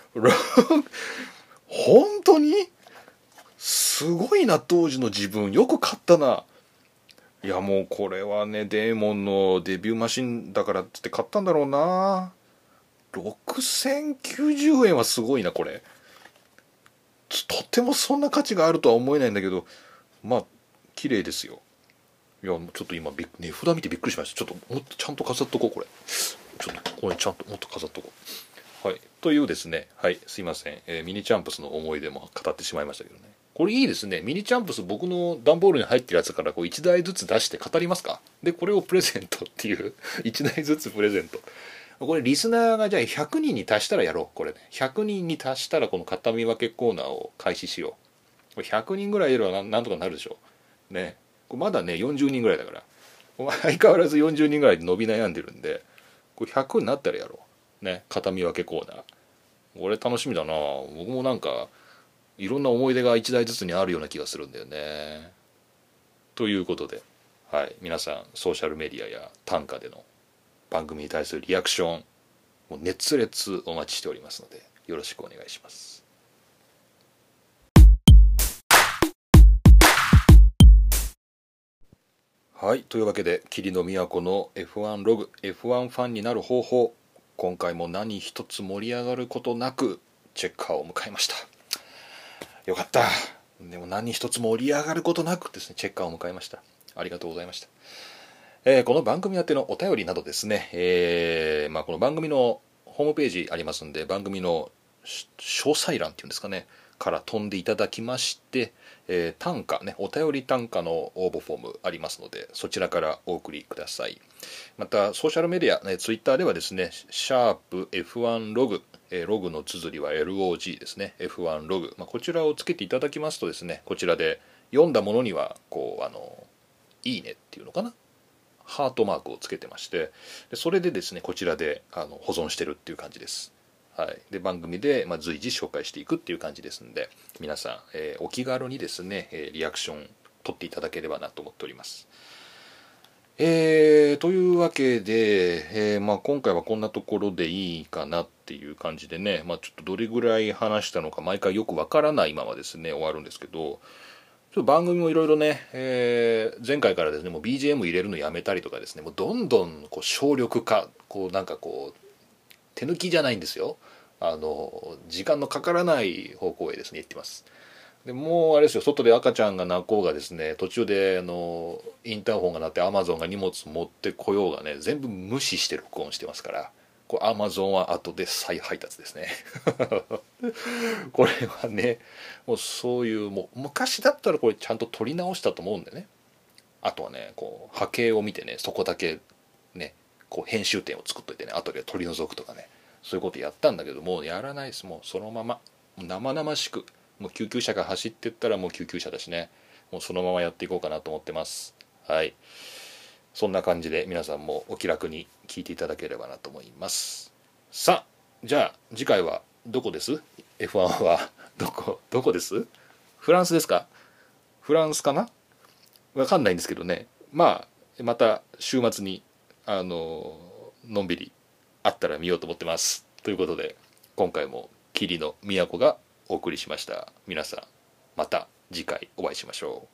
本当にすごいな。当時の自分よく買ったな。いやもうこれはね、デーモンのデビューマシンだからって買ったんだろうな。6090円はすごいな。これとてもそんな価値があるとは思えないんだけど、まあ綺麗ですよ。いやちょっと今値札見てびっくりしました。ちょっともっとちゃんと飾っとこう。これちょっとこれちゃんともっと飾っとこう。はい、というですね、はい、すいません、ミニチャンプスの思い出も語ってしまいましたけどね。これいいですね。ミニチャンプス、僕の段ボールに入ってるやつからこう1台ずつ出して語りますか。でこれをプレゼントっていう1台ずつプレゼント。これリスナーがじゃあ100人に達したらやろう。これね、100人に達したらこの片見分けコーナーを開始しよう。これ100人ぐらいいればなんとかなるでしょうね。まだね40人ぐらいだから、相変わらず40人ぐらいで伸び悩んでるんで、これ100になったらやろうね、片見分けコーナー。これ楽しみだな。僕もなんかいろんな思い出が1台ずつにあるような気がするんだよね。ということで、はい、皆さんソーシャルメディアや短歌での番組に対するリアクション、もう熱烈お待ちしておりますのでよろしくお願いします。はい、というわけで桐野都の F1 ログ F1 ファンになる方法、今回も何一つ盛り上がることなくチェッカーを迎えました。よかった。でも何一つ盛り上がることなくですね、チェッカーを迎えました。ありがとうございました。この番組宛てのお便りなどですね、この番組のホームページありますんで、番組の詳細欄っていうんですかねから飛んでいただきまして、短歌ね、お便り短歌の応募フォームありますので、そちらからお送りください。またソーシャルメディア、ね、ツイッターではですね、シャープ F1 ログ、ログの綴りは LOG ですね、F1 ログ、こちらをつけていただきますとですね、こちらで読んだものにはこういいねっていうのかな、ハートマークをつけてまして、それでですねこちらで保存してるっていう感じです。はい、で番組で、随時紹介していくっていう感じですんで、皆さん、お気軽にですね、リアクション取っていただければなと思っております。というわけで、今回はこんなところでいいかなっていう感じでね、ちょっとどれぐらい話したのか毎回よくわからないままですね終わるんですけど、ちょっと番組もいろいろね、前回からですねもう BGM 入れるのやめたりとかですね、もうどんどんこう省力化、こうなんかこう手抜きじゃないんですよ、時間のかからない方向へですね行ってます。でもうあれですよ、外で赤ちゃんが泣こうがですね、途中でインターホンが鳴ってアマゾンが荷物持ってこようがね、全部無視して録音してますから、 これ Amazon は後で再配達ですねこれはね、もうそういう、もう昔だったらこれちゃんと撮り直したと思うんだよね。あとはね、こう波形を見てね、そこだけね、こう編集点を作っといてね、後で取り除くとかね、そういうことやったんだけど、もうやらないです。もうそのまま生々しく、もう救急車が走ってったらもう救急車だしね、もうそのままやっていこうかなと思ってます。はい、そんな感じで皆さんもお気楽に聞いていただければなと思います。さあ、じゃあ次回はどこです？ F1 はどこです？フランスですか？フランスかな、わかんないんですけどね。まあまた週末にのんびりあったら見ようと思ってます。ということで今回も霧の都がお送りしました。皆さんまた次回お会いしましょう。